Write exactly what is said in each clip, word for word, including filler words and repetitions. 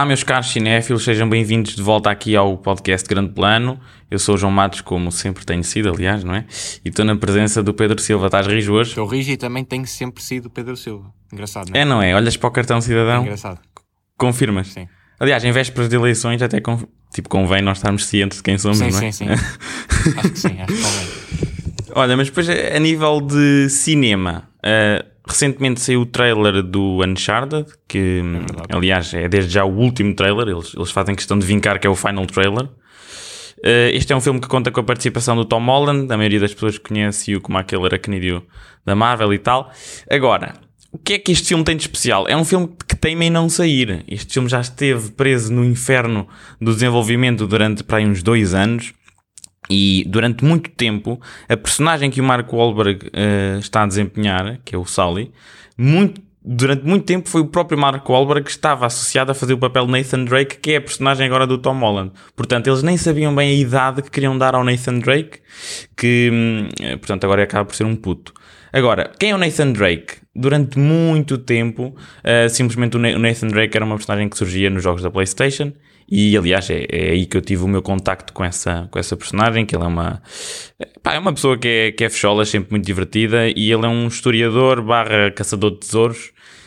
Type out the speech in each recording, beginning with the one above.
Olá, meus caros cinéfilos, sejam bem-vindos de volta aqui ao podcast Grande Plano. Eu sou o João Matos, como sempre tenho sido, aliás, não é? E estou na presença do Pedro Silva. Estás rijo hoje? Sou rijo e também tenho sempre sido o Pedro Silva. Engraçado, não é? É, não é? Olhas para o cartão cidadão? É engraçado. Confirmas? Sim. Aliás, em vésperas de eleições até conv... tipo, convém nós estarmos cientes de quem somos, sim, não é? Sim, sim, sim. Acho que sim, acho que convém. Olha, mas depois a nível de cinema... Uh... Recentemente saiu o trailer do Uncharted, que é aliás é desde já o último trailer, eles, eles fazem questão de vincar que é o final trailer. Uh, este é um filme que conta com a participação do Tom Holland, a maioria das pessoas conhece-o como aquele aracnídeo da Marvel e tal. Agora, o que é que este filme tem de especial? É um filme que teima em não sair. Este filme já esteve preso no inferno do desenvolvimento durante para aí uns dois anos. E durante muito tempo, a personagem que o Mark Wahlberg uh, está a desempenhar, que é o Sully, muito, durante muito tempo foi o próprio Mark Wahlberg que estava associado a fazer o papel de Nathan Drake, que é a personagem agora do Tom Holland. Portanto, eles nem sabiam bem a idade que queriam dar ao Nathan Drake, que, hum, portanto, agora acaba por ser um puto. Agora, quem é o Nathan Drake? Durante muito tempo, uh, simplesmente o Nathan Drake era uma personagem que surgia nos jogos da PlayStation. E, aliás, é, é aí que eu tive o meu contacto com essa, com essa personagem, que ele é uma, pá, é uma pessoa que é, que é fechola, sempre muito divertida, e ele é um historiador barra caçador de tesouros,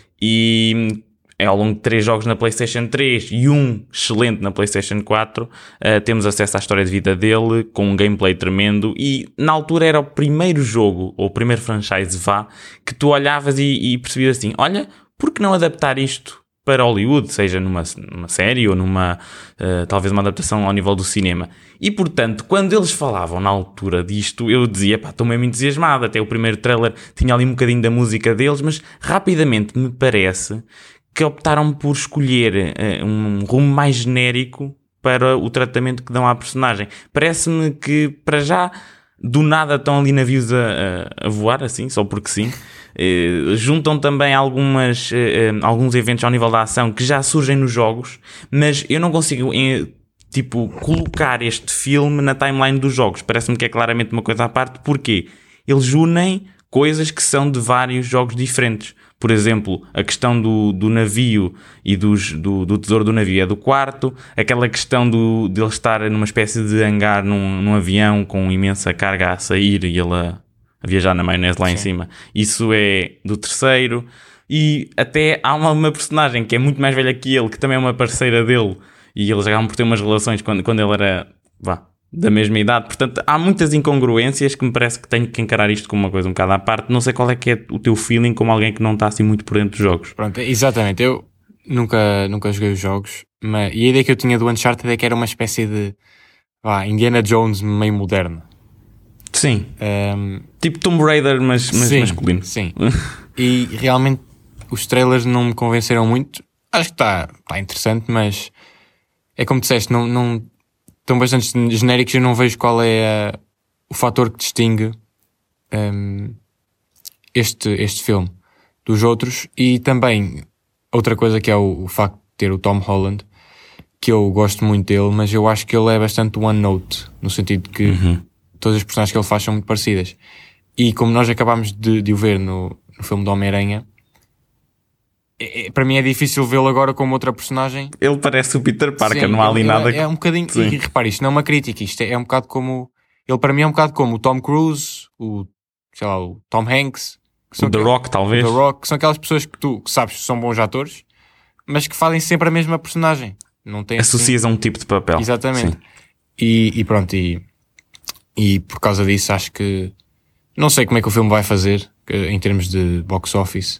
e é ao longo de três jogos na PlayStation três e um excelente na PlayStation quatro, uh, temos acesso à história de vida dele, com um gameplay tremendo, e na altura era o primeiro jogo, ou o primeiro franchise vá, que tu olhavas e, e percebias assim, olha, por que não adaptar isto para Hollywood, seja numa, numa série ou numa, uh, talvez uma adaptação ao nível do cinema. E, portanto, quando eles falavam na altura disto, eu dizia, pá, estou mesmo entusiasmado, até o primeiro trailer tinha ali um bocadinho da música deles, mas rapidamente me parece que optaram por escolher uh, um rumo mais genérico para o tratamento que dão à personagem. Parece-me que, para já, do nada estão ali navios a, a, a voar, assim, só porque sim. Uh, juntam também algumas, uh, uh, alguns eventos ao nível da ação que já surgem nos jogos, mas eu não consigo uh, tipo, colocar este filme na timeline dos jogos. Parece-me que é claramente uma coisa à parte. Porquê? Eles unem coisas que são de vários jogos diferentes. Por exemplo, a questão do, do navio e dos, do, do tesouro do navio é do quarto. Aquela questão do, de ele estar numa espécie de hangar num, num avião com imensa carga a sair e ele a a viajar na maionese lá Sim. em cima. Isso é do terceiro. E até há uma, uma personagem que é muito mais velha que ele, que também é uma parceira dele, e eles acabam por ter umas relações quando, quando ele era, vá, da mesma idade. Portanto, há muitas incongruências que me parece que tenho que encarar isto como uma coisa um bocado à parte. Não sei qual é que é o teu feeling como alguém que não está assim muito por dentro dos jogos. Pronto, exatamente. Eu nunca, nunca joguei os jogos, mas, e a ideia que eu tinha do Uncharted é que era uma espécie de, vá, Indiana Jones meio moderno. Sim, um, tipo Tomb Raider, mas, mas sim, masculino. Sim, e realmente os trailers não me convenceram muito. Acho que está tá interessante, mas é como disseste, não, não, estão bastante genéricos e eu não vejo qual é a, o fator que distingue um, este, este filme dos outros. E também outra coisa que é o, o facto de ter o Tom Holland, que eu gosto muito dele, mas eu acho que ele é bastante one note, no sentido que uhum. todas as personagens que ele faz são muito parecidas. E como nós acabámos de, de o ver no, no filme do Homem-Aranha, é, é, para mim é difícil vê-lo agora como outra personagem. Ele parece o Peter Parker, Sim, não há ali ele, nada... É, é um bocadinho... Sim. E repare, isto não é uma crítica, isto é, é um bocado como... Ele para mim é um bocado como o Tom Cruise, o, sei lá, o Tom Hanks... Que são o The aquelas, Rock, talvez. O The Rock, que são aquelas pessoas que tu que sabes que são bons atores, mas que fazem sempre a mesma personagem. Não tem Associas assim... a um tipo de papel. Exatamente. E, e pronto, e... E por causa disso acho que... Não sei como é que o filme vai fazer em termos de box office,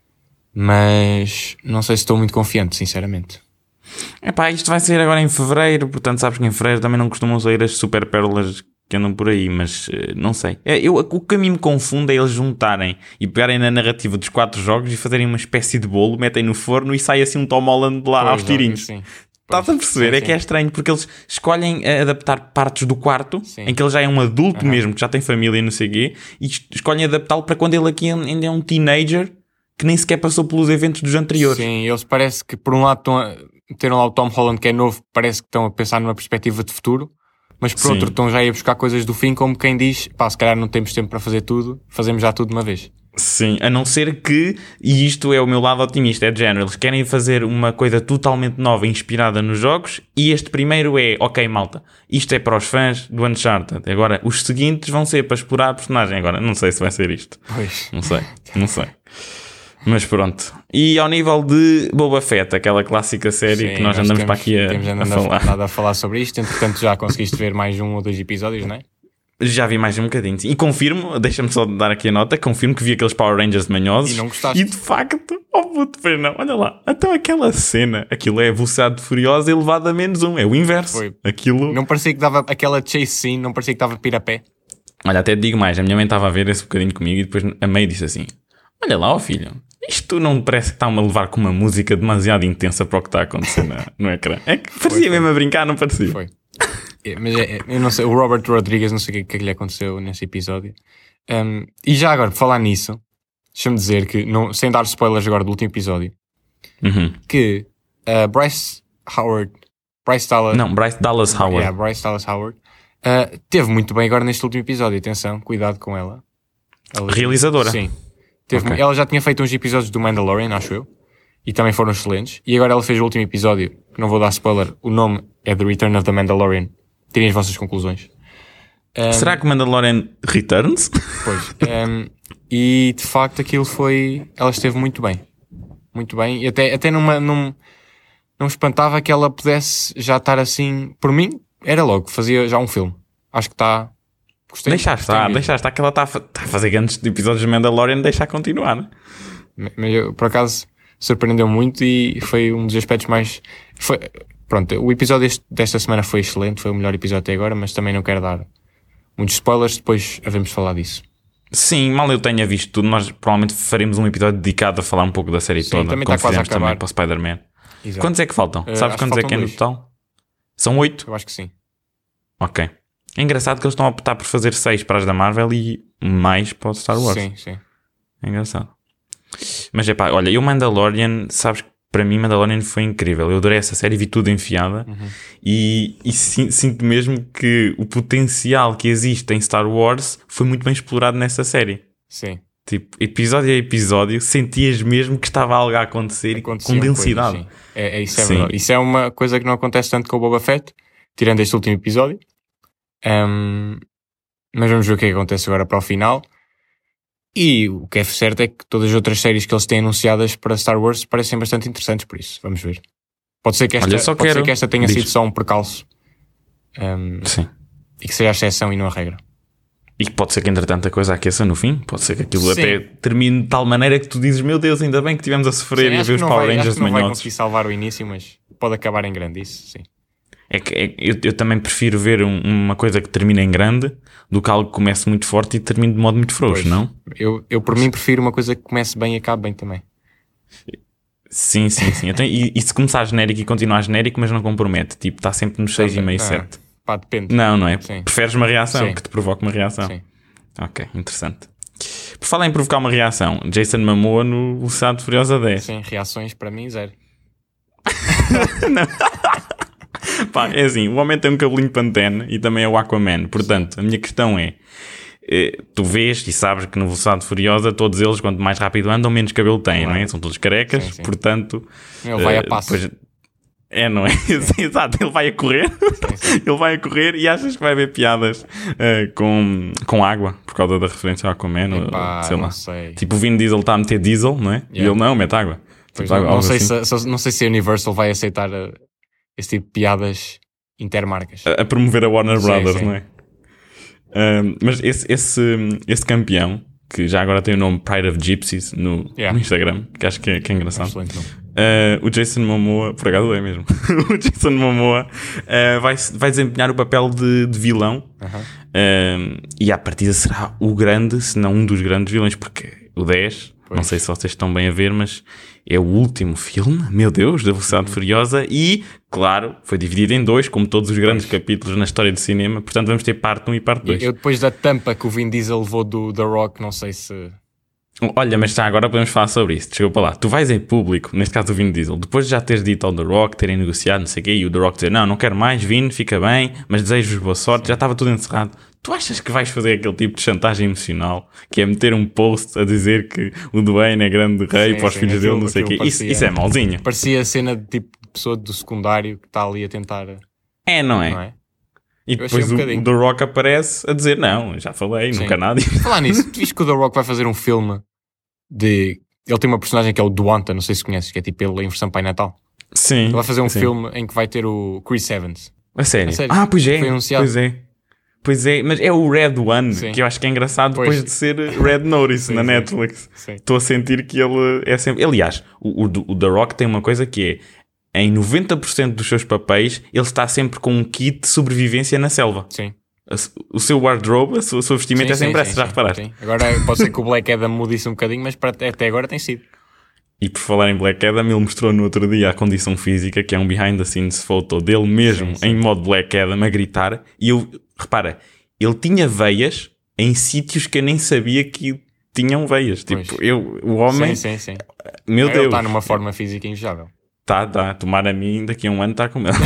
mas não sei se estou muito confiante, sinceramente. Epá, isto vai sair agora em fevereiro, portanto sabes que em fevereiro também não costumam sair as super pérolas que andam por aí, mas não sei. Eu, o que a mim me confunde é eles juntarem e pegarem na narrativa dos quatro jogos e fazerem uma espécie de bolo, metem no forno e sai assim um Tom Holland de lá pois aos tirinhos. Sim. Estás a perceber? Sim, é sim. que é estranho, porque eles escolhem adaptar partes do quarto, sim. em que ele já é um adulto uhum. mesmo, que já tem família e não sei o quê, e escolhem adaptá-lo para quando ele aqui ainda é um teenager que nem sequer passou pelos eventos dos anteriores. Sim, eles parece que por um lado estão a ter lá o Tom Holland que é novo, parece que estão a pensar numa perspectiva de futuro, mas por sim. outro estão já a ir buscar coisas do fim, como quem diz, pá, se calhar não temos tempo para fazer tudo, fazemos já tudo de uma vez. Sim, a não ser que, e isto é o meu lado otimista, é de género, eles querem fazer uma coisa totalmente nova, inspirada nos jogos, e este primeiro é, ok malta, isto é para os fãs do Uncharted, agora os seguintes vão ser para explorar a personagem, agora não sei se vai ser isto, Pois. não sei, não sei. Mas pronto. E ao nível de Boba Fett, aquela clássica série Sim, que nós andamos para aqui a, temos a andado falar. nada a falar sobre isto, entretanto já conseguiste ver mais um ou dois episódios, não é? Já vi mais um bocadinho. E confirmo, deixa-me só dar aqui a nota, confirmo que vi aqueles Power Rangers manhosos. E não gostaste? E de facto, oh puto, pois não, olha lá. Então aquela cena, aquilo é a velocidade furiosa elevada a menos um, é o inverso. Foi. Aquilo... Não parecia que dava aquela chase scene, não parecia que dava pirapé. Olha, até te digo mais, a minha mãe estava a ver esse bocadinho comigo e depois a mãe disse assim, olha lá, ó filho, isto não me parece que está-me a levar com uma música demasiado intensa para o que está a acontecer na, no ecrã. É que parecia Foi, foi. mesmo a brincar, não parecia? Foi. É, mas é, é, eu não sei, o Robert Rodriguez, não sei o que, que é que lhe aconteceu nesse episódio. Um, e já agora, por falar nisso, deixa-me dizer que, não, sem dar spoilers agora do último episódio, Uhum. que uh, Bryce Howard, Bryce Dallas, Não, Bryce Dallas Howard. yeah, Bryce Dallas Howard, uh, teve muito bem agora neste último episódio. Atenção, cuidado com ela. ela Realizadora. Sim. Teve, Ok. Ela já tinha feito uns episódios do Mandalorian, acho eu, e também foram excelentes. E agora ela fez o último episódio, que não vou dar spoiler, o nome é The Return of the Mandalorian. Tirem as vossas conclusões. Um, Será que Mandalorian Returns? Pois. Um, e de facto aquilo foi. Ela esteve muito bem. Muito bem. E até, até numa, num, não me espantava que ela pudesse já estar assim. Por mim, era logo, fazia já um filme. Acho que está. Gostei. Deixa gostei estar, mesmo. deixa estar que ela está a, fa- está a fazer grandes episódios de Mandalorian, deixa continuar. Né? Mas eu, por acaso, surpreendeu muito e foi um dos aspectos mais. Foi, pronto, o episódio deste, desta semana foi excelente, foi o melhor episódio até agora, mas também não quero dar muitos spoilers, depois havemos falar disso. Sim, mal eu tenha visto tudo, nós provavelmente faremos um episódio dedicado a falar um pouco da série Sim, toda, também como está quase a fizemos também acabar. para o Spider-Man. Exato. Quantos é que faltam? Uh, Sabes acho quantos que é que é no faltam total? São oito? Eu acho que sim. Ok. É engraçado que eles estão a optar por fazer seis para as da Marvel e mais para o Star Wars. Sim, sim. É engraçado. Mas é pá, olha, eu Mandalorian, sabes que para mim Mandalorian foi incrível. Eu adorei essa série, vi tudo enfiada Uhum. e, e sin- sinto mesmo que o potencial que existe em Star Wars foi muito bem explorado nessa série. Sim. Tipo, episódio a episódio, sentias mesmo que estava algo a acontecer e com Aconteciam densidade. coisas, sim. é, é, isso é Sim. verdade. Isso é uma coisa que não acontece tanto com o Boba Fett, tirando este último episódio. Um, mas vamos ver o que é que acontece agora para o final. E o que é certo é que todas as outras séries que eles têm anunciadas para Star Wars parecem bastante interessantes, por isso, vamos ver. Pode ser que esta, Olha, só pode ser quero- que esta tenha Diz. sido só um percalço um, Sim. e que seja a exceção e não a regra. E que pode ser que entretanto a coisa aqueça no fim. Pode ser que aquilo Sim. até termine de tal maneira que tu dizes, meu Deus, ainda bem que tivemos a sofrer Sim, e a acho ver que os não Power vai, acho Rangers que não vai manhosos. conseguir salvar o início, mas pode acabar em grande, isso sim. É que é- eu, eu também prefiro ver um- uma coisa que termine em grande do que algo que comece muito forte e termine de modo muito frouxo, Pois. não? Eu, eu por mim prefiro uma coisa que comece bem e acabe bem também. Sim, sim, sim. Então, e, e se começar genérico e continuar genérico, mas não compromete? Tipo, está sempre nos seis e meio, Não, sete. Pá, depende. Não, não é? Sim. Preferes uma reação Sim. que te provoque uma reação. Sim. Ok, interessante. Por falar em provocar uma reação, Jason Momoa no Velocidade Furiosa dez. Sim, reações para mim, zero. Pá, é assim, o homem tem um cabelinho pantene e também é o Aquaman. Portanto, a minha questão é, eh, tu vês e sabes que no Velocidade Furiosa todos eles, quanto mais rápido andam, menos cabelo têm, Claro. não é? São todos carecas, Sim, sim. portanto... Ele vai eh, a passo. depois- É, não é? Sim, exato, ele vai a correr, sim. ele vai a correr e achas que vai haver piadas eh, com, com água, por causa da referência ao Aquaman, ou- Epá, sei lá. não sei. Tipo, o Vin Diesel está a meter diesel, não é? E Yeah. ele não, mete água. Pois Tipo, não, algo não, sei assim. se, se- não sei se a Universal vai aceitar uh, esse tipo de piadas intermarcas. a, a promover a Warner Sim, Brothers, sim. não é? Um, mas esse, esse, esse campeão, que já agora tem o nome Pride of Gypsies no, Yeah. no Instagram, que acho que é, que é engraçado. Excelente nome. Uh, o Jason Momoa, por acaso é mesmo, o Jason Momoa uh, vai, vai desempenhar o papel de, de vilão. Aham. Um, e à partida será o grande, se não um dos grandes vilões, porque o dez, Pois. não sei se vocês estão bem a ver, mas é o último filme, meu Deus, da Velocidade Uhum. Furiosa e, claro, foi dividido em dois, como todos os grandes capítulos na história do cinema, portanto vamos ter parte um e parte dois. Eu depois da tampa que o Vin Diesel levou do The Rock, não sei se Olha, mas já agora podemos falar sobre isso. Desculpa lá. Tu vais em público, neste caso o Vin Diesel, depois de já teres dito ao The Rock, terem negociado, não sei o quê, e o The Rock dizer, não, não quero mais, Vin, fica bem, mas desejo-vos boa sorte, já estava tudo encerrado. Tu achas que vais fazer aquele tipo de chantagem emocional, que é meter um post a dizer que o Dwayne é grande rei Sim, para os sim, filhos aquilo- dele, não sei o quê? aquilo Isso, parecia- isso é mauzinho. Parecia a cena de tipo de pessoa do secundário que está ali a tentar, É, não é? não é? E Eu achei depois um o, bocadinho. o The Rock aparece a dizer, não, já falei, Sim. nunca nada. Falar nisso, tu viste que o The Rock vai fazer um filme de... Ele tem uma personagem que é o Duanta, não sei se conheces, que é tipo ele em versão Pai Natal. Sim. Ele vai fazer um sim. filme em que vai ter o Chris Evans. A sério? A sério. Ah, pois é. Foi anunciado. Pois é. Pois é, mas é o Red One, Sim. que eu acho que é engraçado Pois. depois de ser Red Notice Sim, na sim. Netflix. Sim. Estou a sentir que ele é sempre... Aliás, o, o, o The Rock tem uma coisa que é, em noventa por cento dos seus papéis, ele está sempre com um kit de sobrevivência na selva. Sim. A- O seu wardrobe, a sua, a sua vestimenta Sim, é sempre sim, essa, sim, já sim, reparaste? sim. Agora pode ser que o Black Adam mude isso um bocadinho, mas para, até agora tem sido. E por falar em Black Adam, ele mostrou no outro dia a condição física, que é um behind the scenes photo dele mesmo, Sim, sim. em modo Black Adam, a gritar. E eu, repara, ele tinha veias em sítios que eu nem sabia que tinham veias. Pois. Tipo, eu, o homem, Sim, sim, sim. meu Ele Deus, está numa forma física invejável. tá, tá, tomar a mim daqui a um ano está com ele.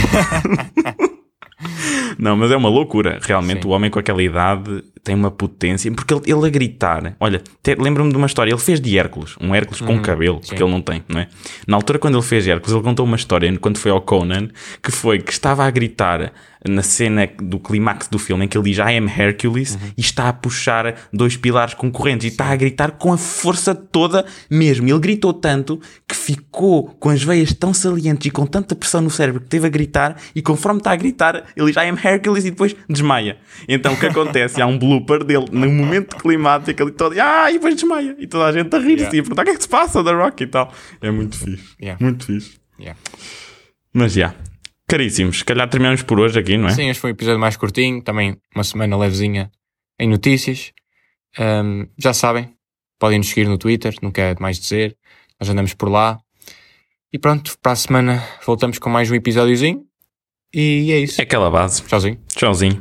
Não, mas é uma loucura. Realmente, Sim. o homem com aquela idade tem uma potência. Porque ele, ele a gritar... Olha, te- lembro-me de uma história. Ele fez de Hércules. Um Hércules com cabelo, porque sim. ele não tem, não é? Na altura, quando ele fez Hércules, ele contou uma história, quando foi ao Conan, que foi que estava a gritar na cena do clímax do filme, em que ele diz I am Hercules, e está a puxar dois pilares concorrentes. E está a gritar com a força toda mesmo. Ele gritou tanto que ficou com as veias tão salientes e com tanta pressão no cérebro que teve a gritar, e conforme está a gritar, ele diz I am Hercules e depois desmaia. Então o que acontece? Há um blooper dele no momento climático, ele todo, ah, e depois desmaia. E toda a gente a rir-se Yeah. e a perguntar o que é que se passa, The Rock e tal. É muito fixe. Yeah. Muito fixe. Yeah. Mas já. Caríssimos, se calhar terminamos por hoje aqui, não é? Sim, este foi um episódio mais curtinho, também uma semana levezinha em notícias. Ahm, já sabem, podem nos seguir no Twitter, não quero mais dizer, nós andamos por lá. E pronto, para a semana voltamos com mais um episódiozinho. E é isso. É aquela base. Tchauzinho. Tchauzinho.